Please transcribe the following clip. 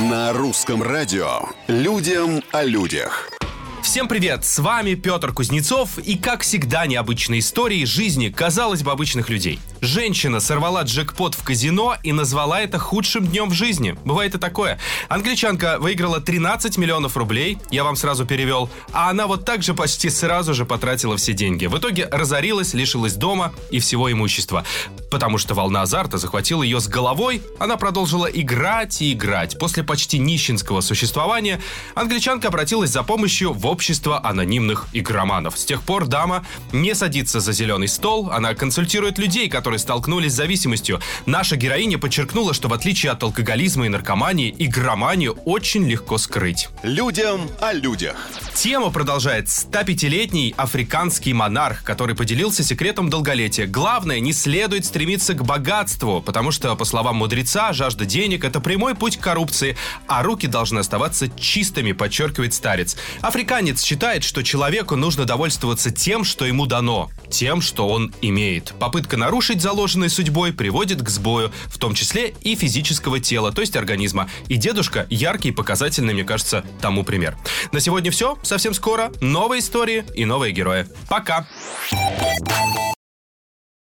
На русском радио «Людям о людях». Всем привет, с вами Петр Кузнецов и, как всегда, необычные истории жизни, казалось бы, обычных людей. Женщина сорвала джекпот в казино и назвала это худшим днем в жизни. Бывает и такое. Англичанка выиграла 13 миллионов рублей, я вам сразу перевел, а она вот так же почти сразу же потратила все деньги. В итоге разорилась, лишилась дома и всего имущества. Потому что волна азарта захватила ее с головой, она продолжила играть и играть. После почти нищенского существования англичанка обратилась за помощью в общество анонимных игроманов. С тех пор дама не садится за зеленый стол, она консультирует людей, которые столкнулись с зависимостью. Наша героиня подчеркнула, что в отличие от алкоголизма и наркомании, игроманию очень легко скрыть. Людям о людях. Тему продолжает 105-летний африканский монарх, который поделился секретом долголетия. Главное, не следует стремиться к богатству, потому что, по словам мудреца, жажда денег – это прямой путь к коррупции, а руки должны оставаться чистыми, подчеркивает старец. Африканец считает, что человеку нужно довольствоваться тем, что ему дано, тем, что он имеет. Попытка нарушить заложенной судьбой приводит к сбою, в том числе и физического тела, то есть организма. И дедушка яркий и показательный, мне кажется, тому пример. На сегодня все. Совсем скоро новые истории и новые герои. Пока!